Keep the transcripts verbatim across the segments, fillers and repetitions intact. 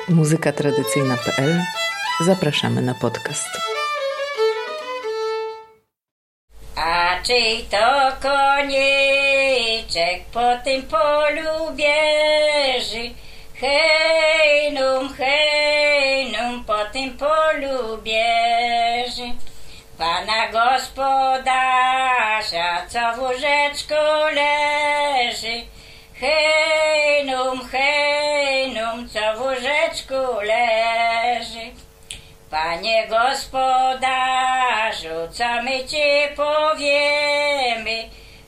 muzyka tradycyjna kropka p l. Zapraszamy na podcast. A czyj to konieczek po tym polu bieży? Hej num, hej num, po tym polu bieży. Pana gospodarza, co w łóżeczku leży. Hej num, hej num, co w łóżeczku leży. Panie gospodarzu, co my ci powiemy?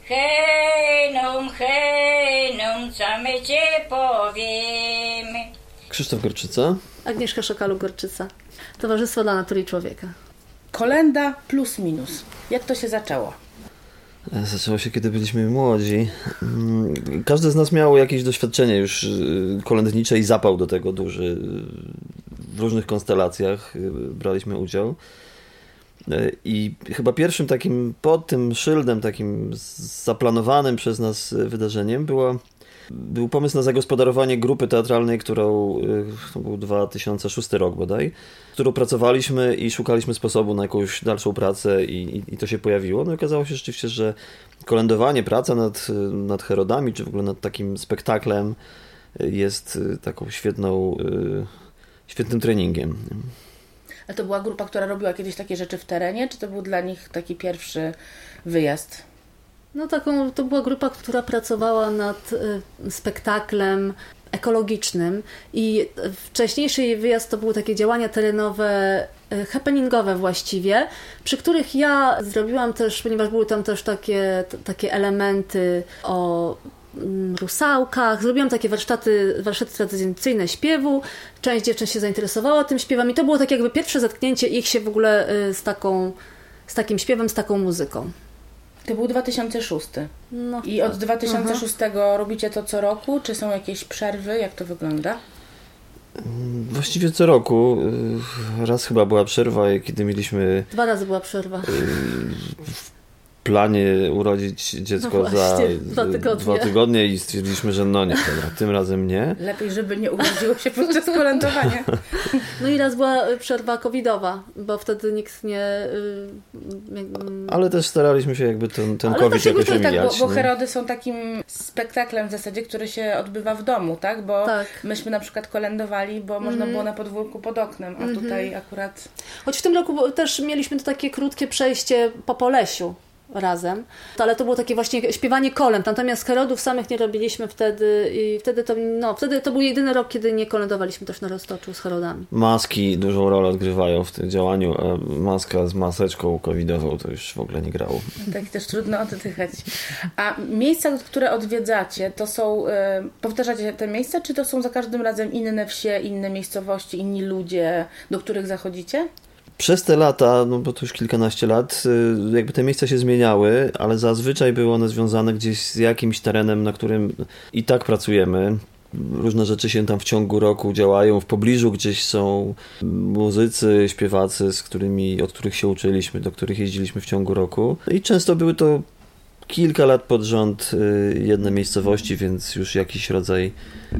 Hej num, hej num, co my ci powiemy? Krzysztof Gorczyca. Agnieszka Szokalu-Gorczyca. Towarzystwo dla Natury i Człowieka. Kolenda plus minus. Jak to się zaczęło? Zaczęło się, kiedy byliśmy młodzi. Każdy z nas miał jakieś doświadczenie już kolędnicze i zapał do tego duży. W różnych konstelacjach braliśmy udział. I chyba pierwszym takim, pod tym szyldem, takim zaplanowanym przez nas wydarzeniem było, był pomysł na zagospodarowanie grupy teatralnej, którą, to był dwa tysiące szósty rok bodaj, którą pracowaliśmy i szukaliśmy sposobu na jakąś dalszą pracę i, i, i to się pojawiło. No i okazało się rzeczywiście, że kolędowanie, praca nad, nad Herodami, czy w ogóle nad takim spektaklem jest taką świetną, świetnym treningiem. A to była grupa, która robiła kiedyś takie rzeczy w terenie, czy to był dla nich taki pierwszy wyjazd? No taką, to była grupa, która pracowała nad y, spektaklem ekologicznym i wcześniejszy jej wyjazd to były takie działania terenowe, y, happeningowe właściwie, przy których ja zrobiłam też, ponieważ były tam też takie, t- takie elementy o rusałkach, zrobiłam takie warsztaty, warsztaty tradycyjne śpiewu, część dziewczyn się zainteresowała tym śpiewem i to było tak jakby pierwsze zetknięcie ich się w ogóle y, z taką, z takim śpiewem, z taką muzyką. To był dwa tysiące szósty. No, I od dwa tysiące szóstego Aha. robicie to co roku? Czy są jakieś przerwy? Jak to wygląda? Właściwie co roku. Raz chyba była przerwa, kiedy mieliśmy... Dwa razy była przerwa. W planie urodzić dziecko no za dwa tygodnie. dwa tygodnie i stwierdziliśmy, że no nie, dobra, tym razem nie. Lepiej, żeby nie urodziło się podczas kolędowania. No i raz była przerwa covidowa, bo wtedy nikt nie... Ale też staraliśmy się jakby ten, ten Ale COVID jakoś tak, omijać. bo, bo Herody są takim spektaklem w zasadzie, który się odbywa w domu, tak? Bo tak. myśmy na przykład kolędowali, bo można mm. było na podwórku pod oknem, a mm-hmm. tutaj akurat... Choć w tym roku też mieliśmy to takie krótkie przejście po Polesiu razem, ale to było takie właśnie śpiewanie kolęd, natomiast Herodów samych nie robiliśmy wtedy i wtedy to, no, wtedy to był jedyny rok, kiedy nie kolędowaliśmy też na Roztoczu z Herodami. Maski dużą rolę odgrywają w tym działaniu, a maska z maseczką covidową to już w ogóle nie grało. Tak też trudno oddychać. A miejsca, które odwiedzacie, to są, yy, powtarzacie te miejsca, czy to są za każdym razem inne wsie, inne miejscowości, inni ludzie, do których zachodzicie? Przez te lata, no bo to już kilkanaście lat, jakby te miejsca się zmieniały, ale zazwyczaj były one związane gdzieś z jakimś terenem, na którym i tak pracujemy. Różne rzeczy się tam w ciągu roku działają. W pobliżu gdzieś są muzycy, śpiewacy, z którymi, od których się uczyliśmy, do których jeździliśmy w ciągu roku. I często były to kilka lat pod rząd jedne miejscowości, więc już jakiś rodzaj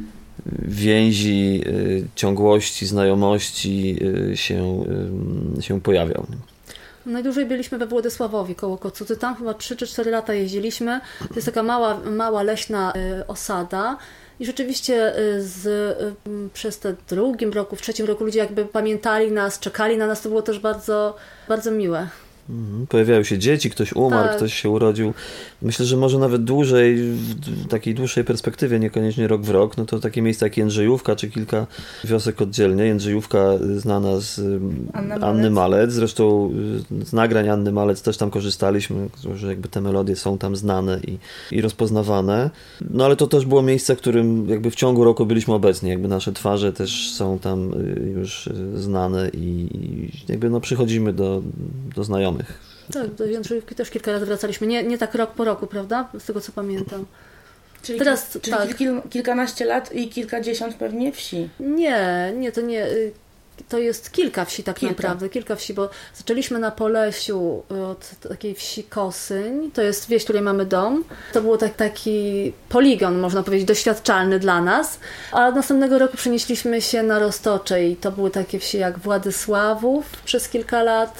więzi, ciągłości, znajomości się, się pojawiał. Najdłużej byliśmy we Władysławowie koło Kocuty. Tam chyba trzy czy cztery lata jeździliśmy. To jest taka mała, mała leśna osada i rzeczywiście z, przez te drugim roku, w trzecim roku ludzie jakby pamiętali nas, czekali na nas. To było też bardzo, bardzo miłe. Pojawiają się dzieci, ktoś umarł, tak. Ktoś się urodził. Myślę, że może nawet dłużej, w takiej dłuższej perspektywie, niekoniecznie rok w rok, no to takie miejsca jak Jędrzejówka, czy kilka wiosek oddzielnie. Jędrzejówka znana z Anny Malec. Anny Malec. Zresztą z nagrań Anny Malec też tam korzystaliśmy, że jakby te melodie są tam znane i, i rozpoznawane. No ale to też było miejsce, w którym jakby w ciągu roku byliśmy obecni. Jakby nasze twarze też są tam już znane i jakby no przychodzimy do, do znajomych. Tak, do Jędrzejówki też kilka razy wracaliśmy. Nie, nie tak rok po roku, prawda? Z tego co pamiętam. Czyli, Teraz, czyli tak. kil, kilkanaście lat i kilkadziesiąt pewnie wsi. Nie, nie, to nie. to jest kilka wsi tak Kilka. naprawdę, kilka wsi, bo zaczęliśmy na Polesiu od takiej wsi Kosyń, to jest wieś, w której mamy dom. To był tak, taki poligon, można powiedzieć, doświadczalny dla nas, a od następnego roku przenieśliśmy się na Roztocze i to były takie wsi jak Władysławów przez kilka lat,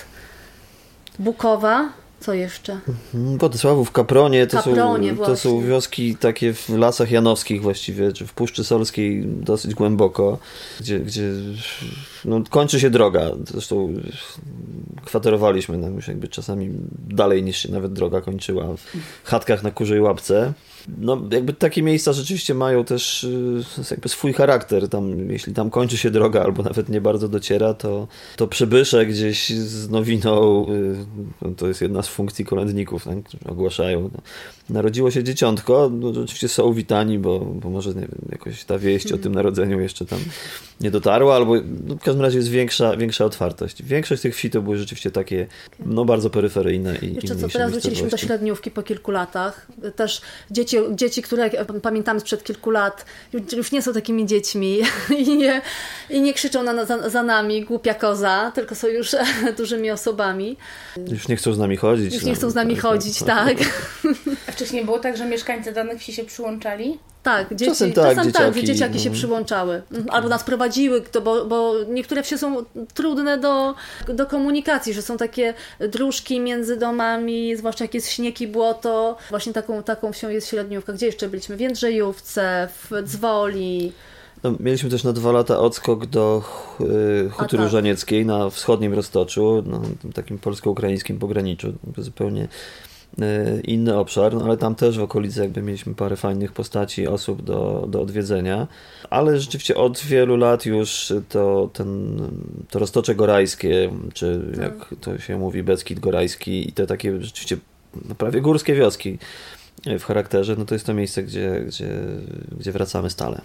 Bukowa. Co jeszcze? Władysławów, Kapronie, to, Kapronie, są, to są wioski takie w Lasach Janowskich właściwie, czy w Puszczy Solskiej dosyć głęboko, gdzie, gdzie no, kończy się droga. Zresztą kwaterowaliśmy tam już jakby czasami dalej niż się nawet droga kończyła, w chatkach na Kurzej Łapce. No jakby takie miejsca rzeczywiście mają też jakby swój charakter. Tam, jeśli tam kończy się droga albo nawet nie bardzo dociera, to, to przybysze gdzieś z nowiną, to jest jedna z funkcji kolędników, tak, którzy ogłaszają, no, narodziło się dzieciątko, no, oczywiście są witani, bo, bo może nie wiem, jakoś ta wieść o tym narodzeniu jeszcze tam nie dotarła, albo no, w każdym razie jest większa, większa otwartość. Większość tych wsi to były rzeczywiście takie no bardzo peryferyjne i jeszcze co, teraz wróciliśmy do średniówki po kilku latach. Też dzieci, dzieci które pamiętamy sprzed kilku lat, już nie są takimi dziećmi i nie, i nie krzyczą na, za, za nami głupia koza, tylko są już dużymi osobami. Już nie chcą z nami chodzić. Już nie chcą z nami tak, chodzić, tak. A wcześniej było tak, że mieszkańcy danych wsi się przyłączali? Tak, dzieci, czasem tak, czasem dzieciaki, tak, że dzieciaki no. się przyłączały. Albo nas prowadziły, to bo, bo niektóre wsie są trudne do, do komunikacji, że są takie dróżki między domami, zwłaszcza jak jest śnieg i błoto. Właśnie taką, taką wsią jest Średniówka. Gdzie jeszcze byliśmy? W Jędrzejówce, w Dzwoli. No, mieliśmy też na dwa lata odskok do y, Huty tak. Różanieckiej na wschodnim Roztoczu, na takim polsko-ukraińskim pograniczu. Zupełnie y, inny obszar, no, ale tam też w okolicy jakby mieliśmy parę fajnych postaci, osób do, do odwiedzenia. Ale rzeczywiście od wielu lat już to, ten, to Roztocze Gorajskie, czy jak to się mówi, Beskid Gorajski i te takie rzeczywiście prawie górskie wioski w charakterze, no to jest to miejsce, gdzie, gdzie, gdzie wracamy stale.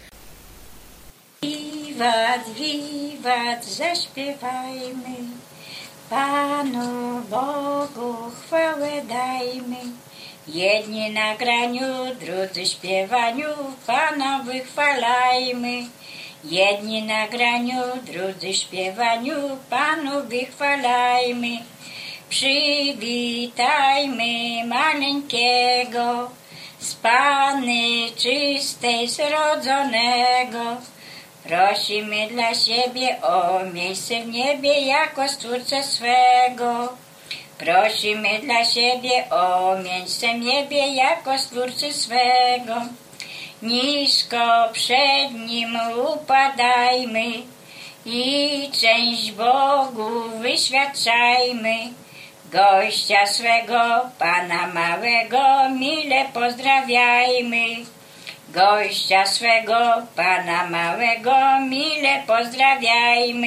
Wiwat, wiwat, zaśpiewajmy, Panu Bogu chwałę dajmy. Jedni na graniu, drudzy śpiewaniu, Pana wychwalajmy. Jedni na graniu, drudzy śpiewaniu, Panu wychwalajmy. Przywitajmy maleńkiego, z Panny czystej zrodzonego. Prosimy dla siebie o miejsce w niebie jako Stwórcę swego. Prosimy dla siebie o miejsce w niebie jako Stwórcy swego. Nisko przed Nim upadajmy i cześć Bogu wyświadczajmy. Gościa swego, Pana małego, mile pozdrawiajmy. Gościa swego, Pana małego, mile pozdrawiajmy.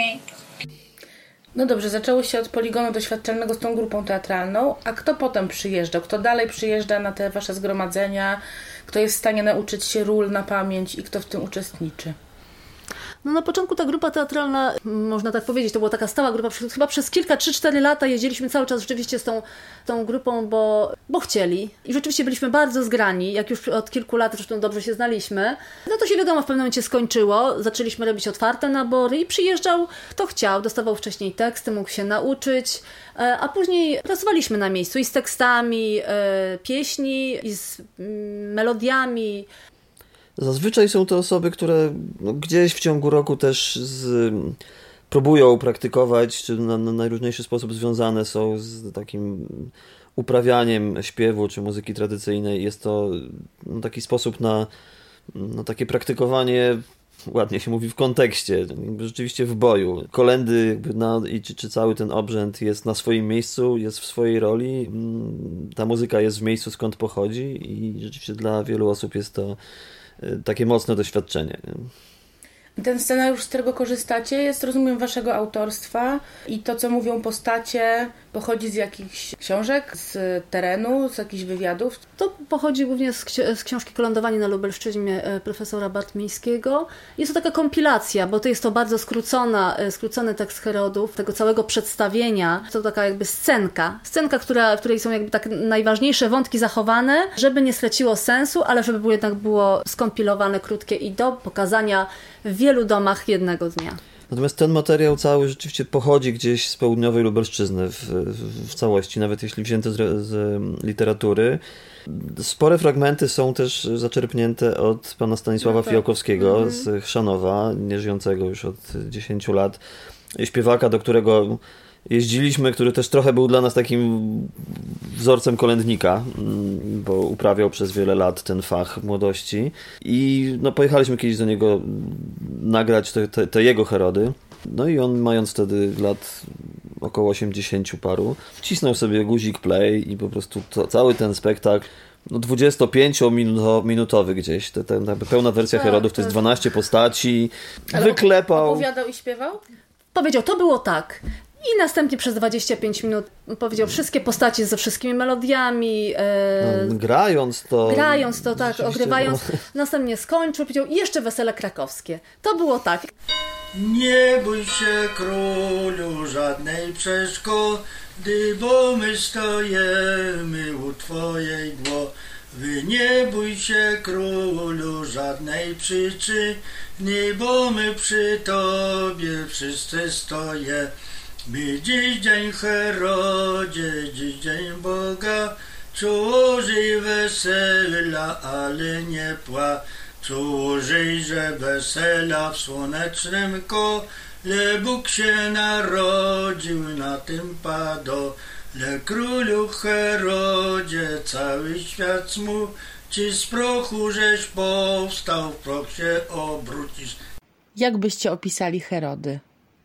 No dobrze, zaczęło się od poligonu doświadczalnego z tą grupą teatralną, a kto potem przyjeżdżał? Kto dalej przyjeżdża na te wasze zgromadzenia? Kto jest w stanie nauczyć się ról na pamięć i kto w tym uczestniczy? No na początku ta grupa teatralna, można tak powiedzieć, to była taka stała grupa, chyba przez kilka, trzy, cztery lata jeździliśmy cały czas rzeczywiście z tą, tą grupą, bo, bo chcieli i rzeczywiście byliśmy bardzo zgrani, jak już od kilku lat zresztą dobrze się znaliśmy. No to się wiadomo w pewnym momencie skończyło, zaczęliśmy robić otwarte nabory i przyjeżdżał kto chciał, dostawał wcześniej teksty, mógł się nauczyć, a później pracowaliśmy na miejscu i z tekstami pieśni, i z melodiami. Zazwyczaj są to osoby, które no, gdzieś w ciągu roku też z, próbują praktykować, czy na, na najróżniejszy sposób związane są z takim uprawianiem śpiewu czy muzyki tradycyjnej. Jest to no, taki sposób na no, takie praktykowanie, ładnie się mówi, w kontekście, rzeczywiście w boju. Kolędy jakby na, i czy, czy cały ten obrzęd jest na swoim miejscu, jest w swojej roli. Ta muzyka jest w miejscu, skąd pochodzi i rzeczywiście dla wielu osób jest to takie mocne doświadczenie. Ten scenariusz, z którego korzystacie, jest, rozumiem, waszego autorstwa i to, co mówią postacie, pochodzi z jakichś książek, z terenu, z jakichś wywiadów? To pochodzi głównie z, ksi- z książki Kolędowanie na Lubelszczyźnie profesora Bartmińskiego. Jest to taka kompilacja, bo to jest to bardzo skrócona, skrócony tekst Herodów, tego całego przedstawienia. To taka jakby scenka. Scenka, która, w której są jakby tak najważniejsze wątki zachowane, żeby nie straciło sensu, ale żeby było jednak było skompilowane, krótkie i do pokazania w wielu domach jednego dnia. Natomiast ten materiał cały rzeczywiście pochodzi gdzieś z południowej Lubelszczyzny w, w, w całości, nawet jeśli wzięte z, z literatury. Spore fragmenty są też zaczerpnięte od pana Stanisława no tak. Fijałkowskiego mm-hmm. z Chrzanowa, nieżyjącego już od dziesięciu lat. Śpiewaka, do którego jeździliśmy, który też trochę był dla nas takim wzorcem kolędnika, bo uprawiał przez wiele lat ten fach młodości. I no, pojechaliśmy kiedyś do niego nagrać te, te, te jego herody. No i on, mając wtedy lat około osiemdziesięciu paru, wcisnął sobie guzik play i po prostu to, cały ten spektakl, no dwudziestopięciominutowy gdzieś, te, te, te pełna wersja tak, herodów, to jest dwanaście postaci, Ale wyklepał. Opowiadał i śpiewał? Powiedział, to było tak. I następnie przez dwadzieścia pięć minut powiedział wszystkie postacie ze wszystkimi melodiami. E, No, grając to. grając to, tak, rzeczywiście, ogrywając. no. Następnie skończył, powiedział i jeszcze wesele krakowskie. To było tak. Nie bój się, królu, żadnej przeszkody, bo my stojemy u twojej głowy. Nie bój się, królu, żadnej przyczyny, bo my przy tobie wszyscy stoję. My dziś dzień Herodzie, dziś dzień Boga, czużyj wesela, ale nie płacz. Czużyj, że wesela w słonecznym kole Bóg się narodził na tym padole. Królu Herodzie, cały świat smuci, z prochu żeś powstał, w proch się obrócisz. Jak byście opisali Herody?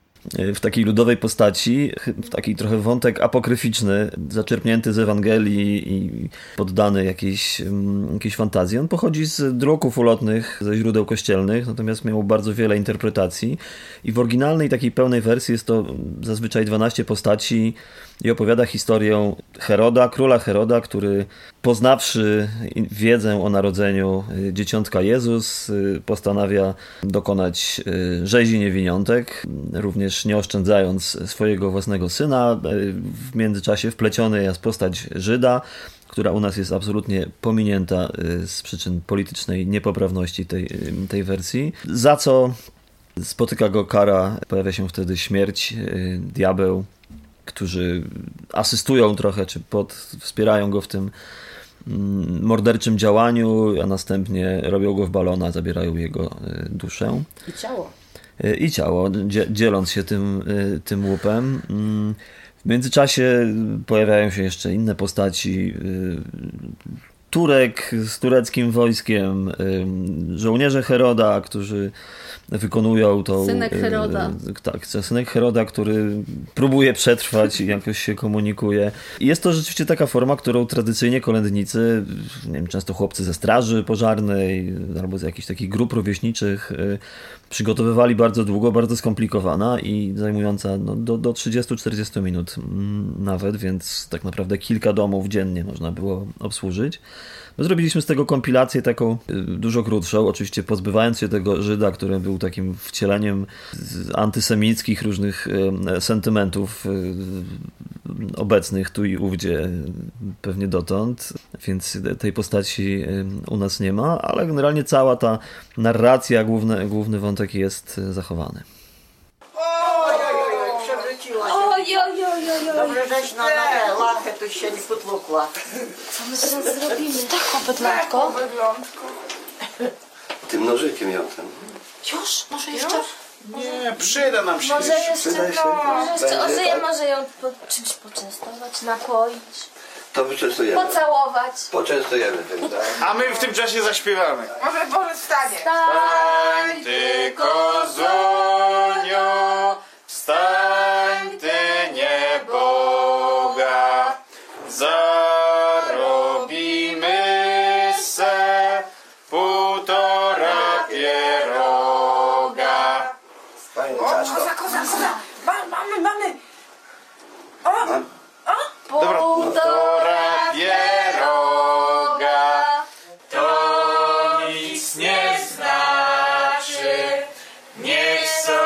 W takiej ludowej postaci, w taki trochę wątek apokryficzny, zaczerpnięty z Ewangelii i poddany jakiejś, jakiejś fantazji. On pochodzi z druków ulotnych, ze źródeł kościelnych, natomiast miał bardzo wiele interpretacji i w oryginalnej takiej pełnej wersji jest to zazwyczaj dwanaście postaci i opowiada historię Heroda, króla Heroda, który poznawszy wiedzę o narodzeniu dzieciątka Jezus, postanawia dokonać rzezi niewiniątek, również nie oszczędzając swojego własnego syna. W międzyczasie wpleciony jest postać Żyda, która u nas jest absolutnie pominięta z przyczyn politycznej niepoprawności tej, tej wersji, za co spotyka go kara, pojawia się wtedy śmierć, diabeł, którzy asystują trochę, czy pod, wspierają go w tym morderczym działaniu, a następnie robią go w balona, zabierają jego duszę. I ciało. I ciało, dzieląc się tym, tym łupem. W międzyczasie pojawiają się jeszcze inne postaci. Turek z tureckim wojskiem, żołnierze Heroda, którzy wykonują tą... Synek Heroda. Tak, synek Heroda, który próbuje przetrwać i jakoś się komunikuje. I jest to rzeczywiście taka forma, którą tradycyjnie kolędnicy, nie wiem, często chłopcy ze straży pożarnej albo z jakichś takich grup rówieśniczych przygotowywali bardzo długo, bardzo skomplikowana i zajmująca no, do, do trzydziestu czterdziestu minut nawet, więc tak naprawdę kilka domów dziennie można było obsłużyć. My zrobiliśmy z tego kompilację taką dużo krótszą, oczywiście pozbywając się tego Żyda, który był takim wcieleniem antysemickich różnych sentymentów obecnych tu i ówdzie pewnie dotąd, więc tej postaci u nas nie ma, ale generalnie cała ta narracja, główny, główny wątek jest zachowany. Oj-oj-oj-oj-oj. Dobrze, żeś na lachę tu się nie potłukła. Co my teraz zrobimy? Taką bydlątko. Tym nożykiem ją tam. Już? Może jeszcze? Nie, przyda nam się. Może jeszcze, Przyda się. może jeszcze Będzie, Ozyję tak? może ją po, czymś poczęstować, napoić, To poczęstujemy. pocałować. Poczęstujemy tym, tak? A my w tym czasie zaśpiewamy. Może Boże stanie. Stań Ty kozonio, wstań ty nieboga, zarobimy se półtora pieroga. Fajny O, czas to. koza, koza, koza. Ma, mamy, mamy. O, półtora pieroga, to nic nie znaczy, niech sobie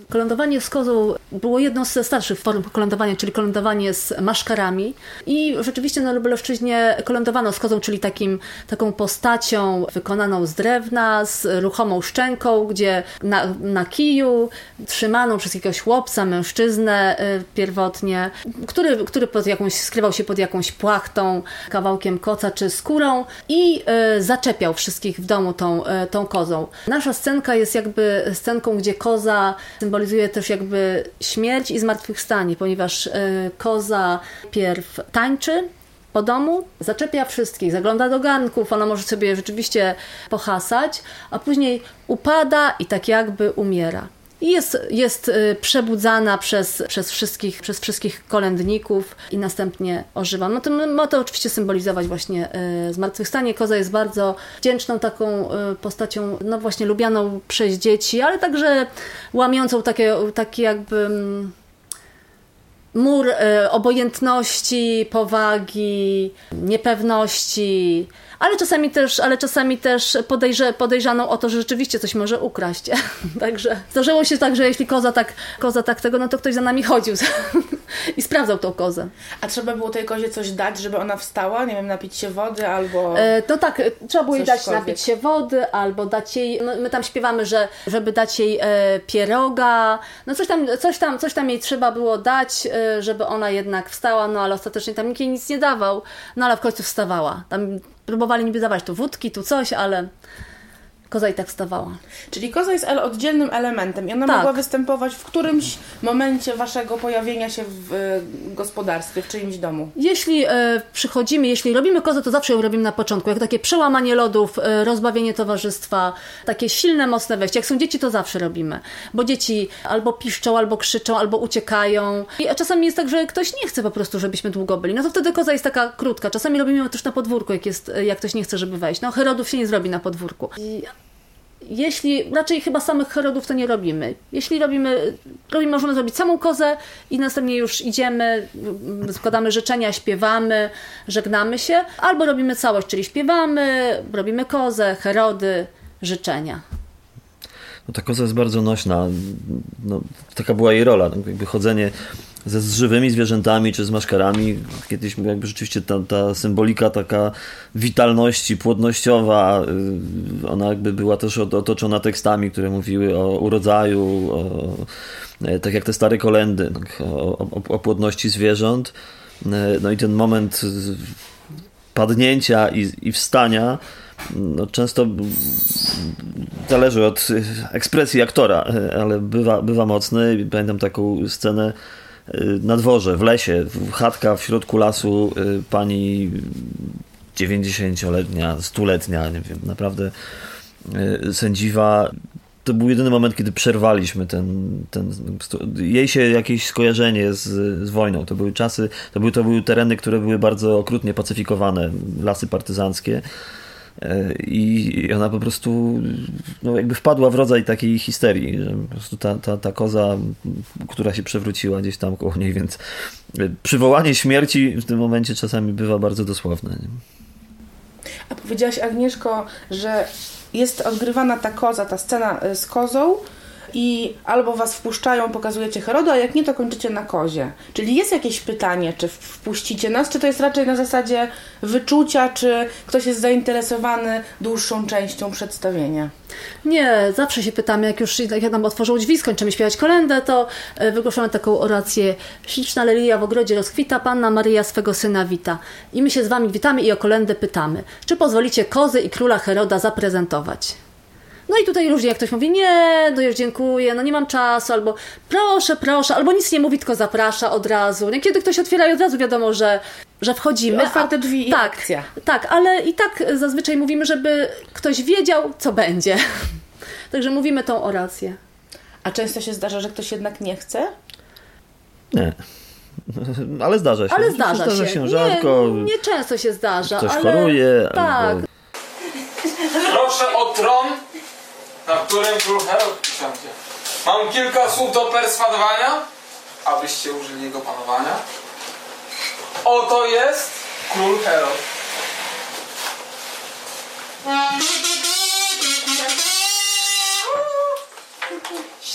Kolędowanie z kozą było jedną ze starszych form kolędowania, czyli kolędowanie z maszkarami. I rzeczywiście na Lubelszczyźnie kolędowano z kozą, czyli takim, taką postacią wykonaną z drewna, z ruchomą szczęką, gdzie na, na kiju, trzymaną przez jakiegoś chłopca, mężczyznę y, pierwotnie, który, który pod jakąś, skrywał się pod jakąś płachtą, kawałkiem koca czy skórą i y, zaczepiał wszystkich w domu tą, y, tą kozą. Nasza scenka jest jakby scenką, gdzie koza symbolizuje też jakby śmierć i zmartwychwstanie, ponieważ y, koza pierw tańczy po domu, zaczepia wszystkich, zagląda do garnków, ona może sobie rzeczywiście pohasać, a później upada i tak jakby umiera. I jest, jest przebudzana przez, przez, wszystkich, przez wszystkich kolędników i następnie ożywa. No to ma to oczywiście symbolizować właśnie zmartwychwstanie. Koza jest bardzo wdzięczną taką postacią, no właśnie lubianą przez dzieci, ale także łamiącą takie, takie jakby mur obojętności, powagi, niepewności, ale czasami też, ale czasami też podejrze, podejrzaną o to, że rzeczywiście coś może ukraść. Także zdarzyło się tak, że jeśli koza tak, koza tak tego, no to ktoś za nami chodził i sprawdzał tą kozę. A trzeba było tej kozie coś dać, żeby ona wstała? Nie wiem, napić się wody albo... E, no tak, trzeba było jej dać cośkolwiek. napić się wody, albo dać jej, no my tam śpiewamy, że żeby dać jej e, pieroga, no coś tam, coś, tam, coś tam jej trzeba było dać, e, żeby ona jednak wstała, no ale ostatecznie tam nikt jej nic nie dawał, no ale w końcu wstawała. Tam próbowali niby dawać tu wódki, tu coś, ale koza i tak wstawała. Czyli koza jest ele- oddzielnym elementem i ona Tak. mogła występować w którymś momencie waszego pojawienia się w y, gospodarstwie, w czyimś domu. Jeśli e, przychodzimy, jeśli robimy kozę, to zawsze ją robimy na początku. Jak takie przełamanie lodów, e, rozbawienie towarzystwa, takie silne, mocne wejście. Jak są dzieci, to zawsze robimy. Bo dzieci albo piszczą, albo krzyczą, albo uciekają. I, a czasami jest tak, że ktoś nie chce po prostu, żebyśmy długo byli. No to wtedy koza jest taka krótka. Czasami robimy ją też na podwórku, jak, jest, jak ktoś nie chce, żeby wejść. No Herodów się nie zrobi na podwórku. I jeśli, raczej chyba samych Herodów to nie robimy. Jeśli robimy, robimy, możemy zrobić samą kozę i następnie już idziemy, składamy życzenia, śpiewamy, żegnamy się, albo robimy całość, czyli śpiewamy, robimy kozę, Herody, życzenia. No, ta koza jest bardzo nośna. No, taka była jej rola. No, jakby chodzenie ze z żywymi zwierzętami czy z maszkarami. Kiedyś jakby rzeczywiście ta, ta symbolika taka witalności, płodnościowa, ona jakby była też otoczona tekstami, które mówiły o urodzaju, o, tak jak te stare kolendy, o, o, o płodności zwierząt. No i ten moment padnięcia i, i wstania no, często zależy od ekspresji aktora, ale bywa, bywa mocny. Pamiętam taką scenę na dworze, w lesie, chatka w środku lasu, pani dziewięćdziesięcioletnia, stuletnia, nie wiem, naprawdę sędziwa. To był jedyny moment, kiedy przerwaliśmy ten, ten jej się jakieś skojarzenie z, z wojną. To były czasy, to były, to były tereny, które były bardzo okrutnie pacyfikowane, lasy partyzanckie. I ona po prostu no jakby wpadła w rodzaj takiej histerii, że po prostu ta, ta, ta koza, która się przewróciła gdzieś tam koło niej, więc przywołanie śmierci w tym momencie czasami bywa bardzo dosłowne. Nie? A powiedziałaś, Agnieszko, że jest odgrywana ta koza, ta scena z kozą i albo was wpuszczają, pokazujecie Heroda, a jak nie, to kończycie na kozie. Czyli jest jakieś pytanie, czy wpuścicie nas, czy to jest raczej na zasadzie wyczucia, czy ktoś jest zainteresowany dłuższą częścią przedstawienia? Nie, zawsze się pytamy, jak już jak nam otworzył drzwi, skończymy śpiewać kolędę, to wygłaszamy taką orację: śliczna lilia w ogrodzie rozkwita, Panna Maryja swego syna wita. I my się z wami witamy i o kolędę pytamy, czy pozwolicie kozy i króla Heroda zaprezentować? No i tutaj różnie, jak ktoś mówi, nie, no już dziękuję, no nie mam czasu, albo proszę, proszę, albo nic nie mówi, tylko zaprasza od razu. Kiedy ktoś otwiera i od razu wiadomo, że, że wchodzimy. Otwarte drzwi i tak, akcja. Tak, ale i tak zazwyczaj mówimy, żeby ktoś wiedział, co będzie. Także mówimy tą orację. A często się zdarza, że ktoś jednak nie chce? Nie. Ale zdarza się. Ale zdarza, zdarza się. się. Rzadko. Nie, nie często się zdarza. Ktoś ale... choruje. Tak. Albo... Proszę o tron, na którym król Herod usiądzie. Mam kilka słów do perswadowania, abyście użyli jego panowania. Oto jest król Herod.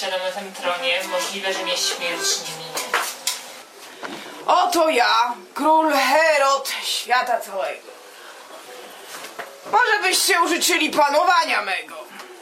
siadam na tym tronie, możliwe, że mnie śmierć nie minie. Oto ja, król Herod świata całego. Może byście użyczyli panowania mego.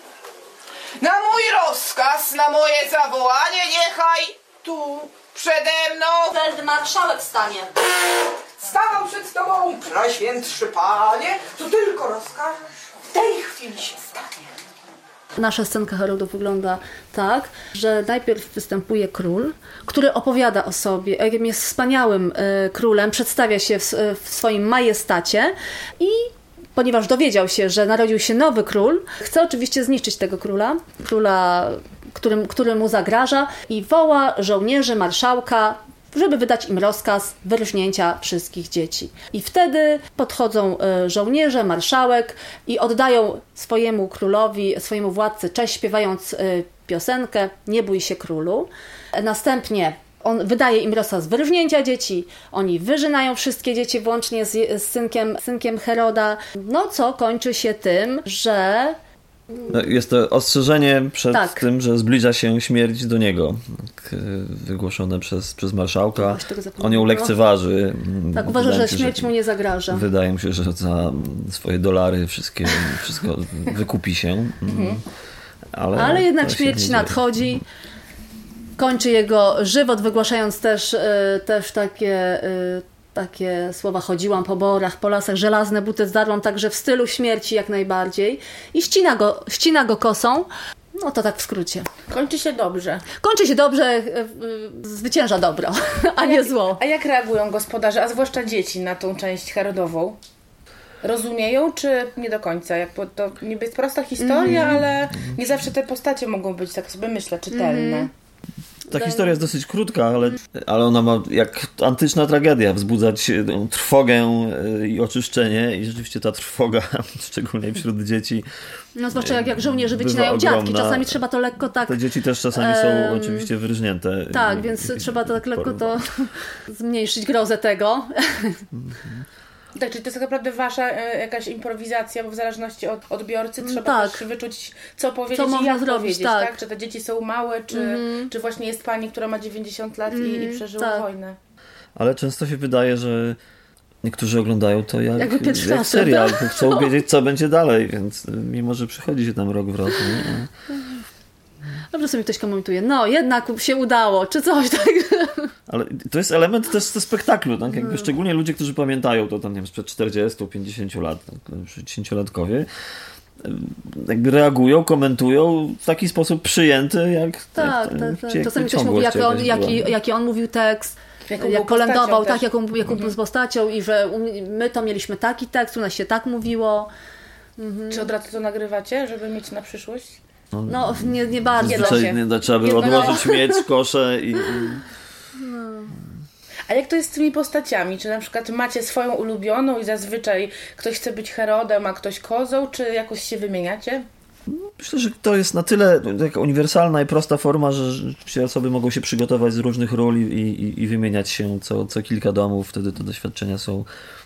Na mój rozkaz, na moje zawołanie, niechaj tu przede mną Feldmarszałek stanie. stawał przed tobą, Najświętszy Panie, co tylko rozkażesz, w tej chwili się stanie. Nasza scenka Herodów wygląda tak, że najpierw występuje król, który opowiada o sobie, jakim jest wspaniałym y, królem, przedstawia się w, w swoim majestacie i ponieważ dowiedział się, że narodził się nowy król, chce oczywiście zniszczyć tego króla, króla, którym, który mu zagraża i woła żołnierzy, marszałka, żeby wydać im rozkaz wyrżnięcia wszystkich dzieci. I wtedy podchodzą żołnierze, marszałek i oddają swojemu królowi, swojemu władcy cześć, śpiewając piosenkę Nie bój się królu. Następnie on wydaje im rozkaz wyrżnięcia dzieci, oni wyrzynają wszystkie dzieci włącznie z, z synkiem, synkiem Heroda, no co kończy się tym, że... No, jest to ostrzeżenie przed tak. tym, że zbliża się śmierć do niego, tak, wygłoszone przez, przez marszałka. On ją lekceważy. Tak, uważa, że śmierć że, mu nie zagraża. Wydaje mu się, że za swoje dolary wszystkie, wszystko wykupi się. Mhm. Ale, Ale jednak śmierć nadchodzi. Kończy jego żywot, wygłaszając też, też takie, takie słowa: chodziłam po borach, po lasach, żelazne buty zdarłam, także w stylu śmierci jak najbardziej. I ścina go, ścina go kosą. No to tak w skrócie. Kończy się dobrze. Kończy się dobrze, zwycięża dobro, a nie zło. A jak reagują gospodarze, a zwłaszcza dzieci, na tą część Herodową? Rozumieją, czy nie do końca? Jak to niby jest prosta historia, mm. ale nie zawsze te postacie mogą być, tak sobie myślę, czytelne. Mm. Ta historia jest dosyć krótka, ale, ale ona ma jak antyczna tragedia wzbudzać trwogę i oczyszczenie i rzeczywiście ta trwoga, szczególnie wśród dzieci, no zwłaszcza jak, jak żołnierze wycinają dziadki, czasami trzeba to lekko tak... Te dzieci też czasami są um, oczywiście wyrżnięte. Tak, więc trzeba to tak lekko to zmniejszyć grozę tego. Tak, czyli to jest tak naprawdę wasza e, jakaś improwizacja, bo w zależności od odbiorcy trzeba tak. też wyczuć, co powiedzieć co i jak zrobić, powiedzieć, tak. tak? Czy te dzieci są małe, czy, mm-hmm. czy właśnie jest pani, która ma dziewięćdziesiąt lat mm-hmm. i, i przeżyła tak. wojnę. Ale często się wydaje, że niektórzy oglądają to jak, Jakby jak serial, tak? Chcą no. wiedzieć, co będzie dalej, więc mimo, że przychodzi się tam rok w rok. Nie? Dobrze sobie ktoś komentuje, no jednak się udało, czy coś tak. Ale to jest element też ze spektaklu, tak? Jakby szczególnie ludzie, którzy pamiętają to tam, nie wiem, sprzed czterdziestu pięćdziesięciu lat, tak? dziesięciolatkowie, jakby reagują, komentują w taki sposób przyjęty, jak... Tak, jak, tak, tak. Czasami ktoś mówi, jaki on, jaki, jaki on mówił tekst, jaką jak kolędował, tak, jaką, jaką mhm. z postacią i że my to mieliśmy taki tekst, u nas się tak mówiło. Mhm. Czy od razu to nagrywacie, żeby mieć na przyszłość? No, no nie, nie bardzo. Nie, nie da, trzeba by odłożyć mieć, kosze i... No. A jak to jest z tymi postaciami? Czy na przykład macie swoją ulubioną i zazwyczaj ktoś chce być Herodem, a ktoś kozą, czy jakoś się wymieniacie? Myślę, że to jest na tyle taka uniwersalna i prosta forma, że rzeczywiście osoby mogą się przygotować z różnych ról i, i, i wymieniać się co, co kilka domów. Wtedy te doświadczenia są,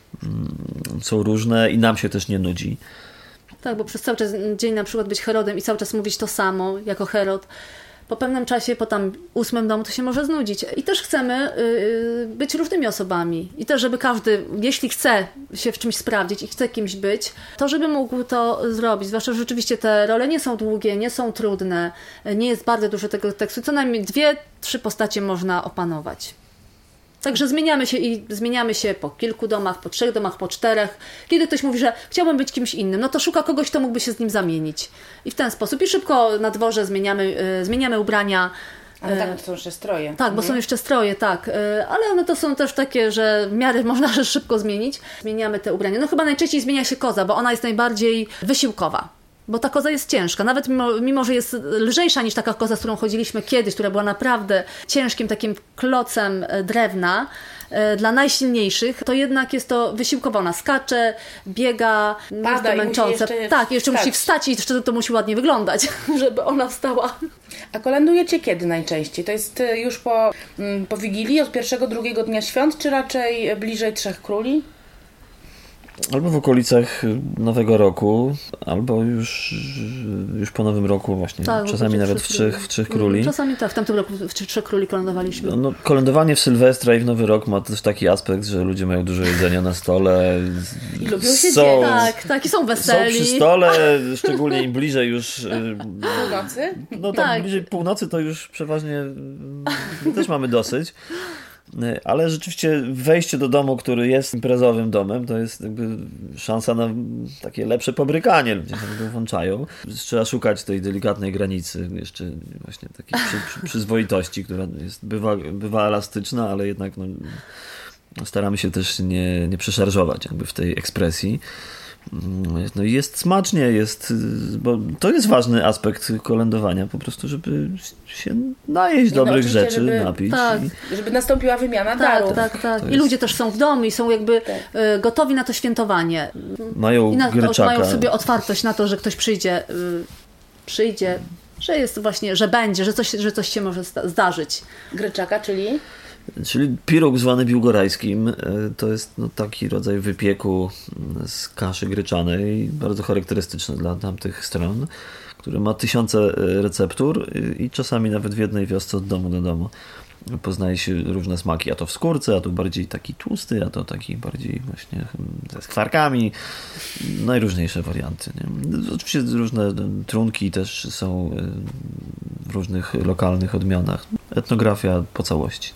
są różne i nam się też nie nudzi. Tak, bo przez cały czas dzień na przykład być Herodem i cały czas mówić to samo jako Herod. Po pewnym czasie, po tam ósmym domu to się może znudzić. I też chcemy yy, być różnymi osobami. I też, żeby każdy, jeśli chce się w czymś sprawdzić i chce kimś być, to żeby mógł to zrobić. Zwłaszcza, że rzeczywiście te role nie są długie, nie są trudne, nie jest bardzo dużo tego tekstu. Co najmniej dwie, trzy postacie można opanować. Także zmieniamy się i zmieniamy się po kilku domach, po trzech domach, po czterech. Kiedy ktoś mówi, że chciałbym być kimś innym, no to szuka kogoś, kto mógłby się z nim zamienić. I w ten sposób. I szybko na dworze zmieniamy, yy, zmieniamy ubrania. Ale tak, to są jeszcze stroje. Tak, bo są jeszcze stroje, tak. Yy, ale one to są też takie, że w miarę można szybko zmienić. Zmieniamy te ubrania. No chyba najczęściej zmienia się koza, bo ona jest najbardziej wysiłkowa. Bo ta koza jest ciężka, nawet mimo, mimo, że jest lżejsza niż taka koza, z którą chodziliśmy kiedyś, która była naprawdę ciężkim takim klocem drewna dla najsilniejszych, to jednak jest to wysiłkowa. Ona skacze, biega, jest to męczące. Jeszcze tak, jeszcze wstać. Musi wstać i jeszcze to musi ładnie wyglądać, żeby ona wstała. A kolędujecie kiedy najczęściej? To jest już po, po Wigilii, od pierwszego, drugiego dnia świąt, czy raczej bliżej Trzech Króli? Albo w okolicach Nowego Roku, albo już, już po Nowym Roku właśnie. Tak, czasami nawet w Trzech, w trzech Króli. Czasami tak, w tamtym roku w Trzech Króli kolędowaliśmy. No, no, kolędowanie w Sylwestra i w Nowy Rok ma też taki aspekt, że ludzie mają dużo jedzenia na stole. I lubią się są, dzielić. Tak, tak, i są weseli. Są przy stole, szczególnie im bliżej już... Północy? No tam Tak. bliżej północy to już przeważnie my też mamy dosyć. Ale rzeczywiście wejście do domu, który jest imprezowym domem, to jest jakby szansa na takie lepsze pobrykanie. Ludzie się włączają. Trzeba szukać tej delikatnej granicy, jeszcze właśnie takiej przy, przy, przyzwoitości, która jest, bywa, bywa elastyczna, ale jednak no, staramy się też nie, nie przeszarżować jakby w tej ekspresji. No i jest smacznie, jest, bo to jest ważny aspekt kolędowania, po prostu, żeby się najeść Nie, no, dobrych oczywiście, rzeczy, żeby- napić. Tak. I... Żeby nastąpiła wymiana Tak, darów. tak, tak. To I jest- ludzie też są w domu i są jakby Tak. y, gotowi na to świętowanie. Mają I na, gryczaka. mają sobie otwartość na to, że ktoś przyjdzie, y, przyjdzie, że jest właśnie, że będzie, że coś, że coś się może sta- zdarzyć. Gryczaka, czyli Czyli pirog zwany biłgorajskim, e, to jest no, taki rodzaj wypieku z kaszy gryczanej, bardzo charakterystyczny dla tamtych stron, który ma tysiące e, receptur i czasami nawet w jednej wiosce od domu do domu poznaje się różne smaki, a to w skórce, a to bardziej taki tłusty, a to taki bardziej właśnie hmm, z kwarkami, najróżniejsze warianty. Nie? Oczywiście różne trunki też są e, w różnych lokalnych odmianach. Etnografia po całości.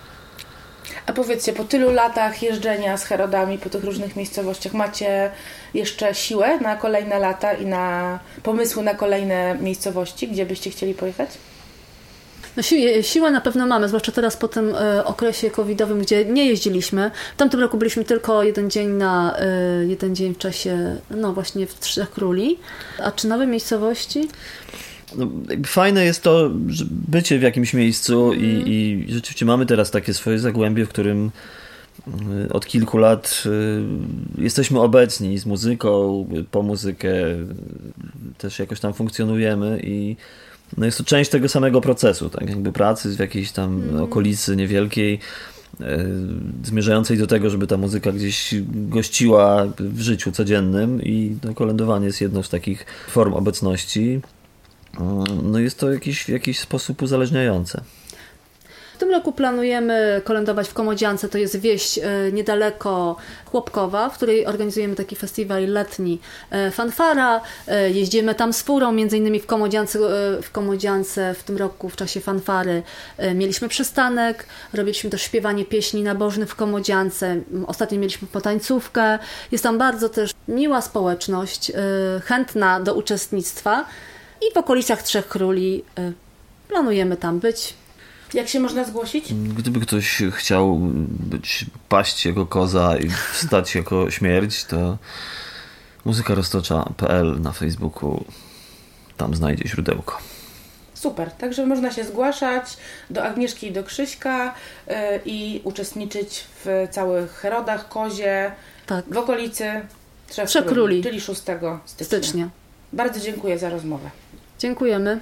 A powiedzcie, po tylu latach jeżdżenia z Herodami po tych różnych miejscowościach macie jeszcze siłę na kolejne lata i na pomysły na kolejne miejscowości, gdzie byście chcieli pojechać? No, si- siłę na pewno mamy, zwłaszcza teraz po tym e, okresie covidowym, gdzie nie jeździliśmy. W tamtym roku byliśmy tylko jeden dzień na e, jeden dzień w czasie, no właśnie w Trzech Króli. A czy nowe miejscowości? No, jakby fajne jest to, że bycie w jakimś miejscu i, i rzeczywiście mamy teraz takie swoje zagłębie, w którym y, od kilku lat y, jesteśmy obecni z muzyką, y, po muzykę y, też jakoś tam funkcjonujemy i no jest to część tego samego procesu, tak jakby pracy w jakiejś tam mm. okolicy niewielkiej, y, zmierzającej do tego, żeby ta muzyka gdzieś gościła w życiu codziennym i no, kolędowanie jest jedną z takich form obecności. No jest to jakiś, w jakiś sposób uzależniające. W tym roku planujemy kolędować w Komodziance, to jest wieś e, niedaleko Chłopkowa, w której organizujemy taki festiwal letni e, Fanfara. E, jeździmy tam z furą, między innymi w Komodziance, e, w Komodziance w tym roku w czasie fanfary e, mieliśmy przystanek, robiliśmy też śpiewanie pieśni nabożnych w Komodziance. Ostatnio mieliśmy potańcówkę. Jest tam bardzo też miła społeczność, e, chętna do uczestnictwa i w okolicach Trzech Króli e, planujemy tam być. Jak się można zgłosić? Gdyby ktoś chciał być, paść jako koza i wstać jako śmierć, to muzyka roztocza kropka p l na Facebooku, tam znajdzie źródełko. Super, także można się zgłaszać do Agnieszki i do Krzyśka yy, i uczestniczyć w całych Herodach, Kozie, Tak. w okolicy Trzech, Trzech Króli, Króli. czyli szóstego stycznia. Stycznia. Bardzo dziękuję za rozmowę. Dziękujemy.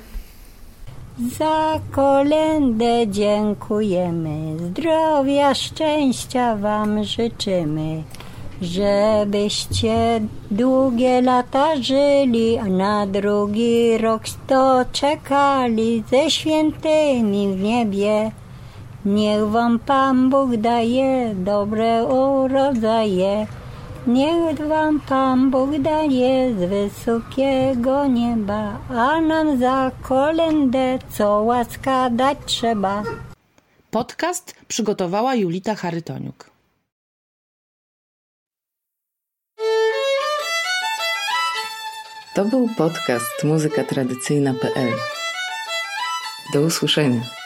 Za kolędę dziękujemy, zdrowia, szczęścia wam życzymy, żebyście długie lata żyli, a na drugi rok sto czekali ze świętymi w niebie. Niech wam Pan Bóg daje dobre urodzaje, niech wam Pan Bóg daje z wysokiego nieba, a nam za kolędę co łaska dać trzeba. Podcast przygotowała Julita Charytoniuk. To był podcast muzyka tradycyjna kropka p l. Do usłyszenia.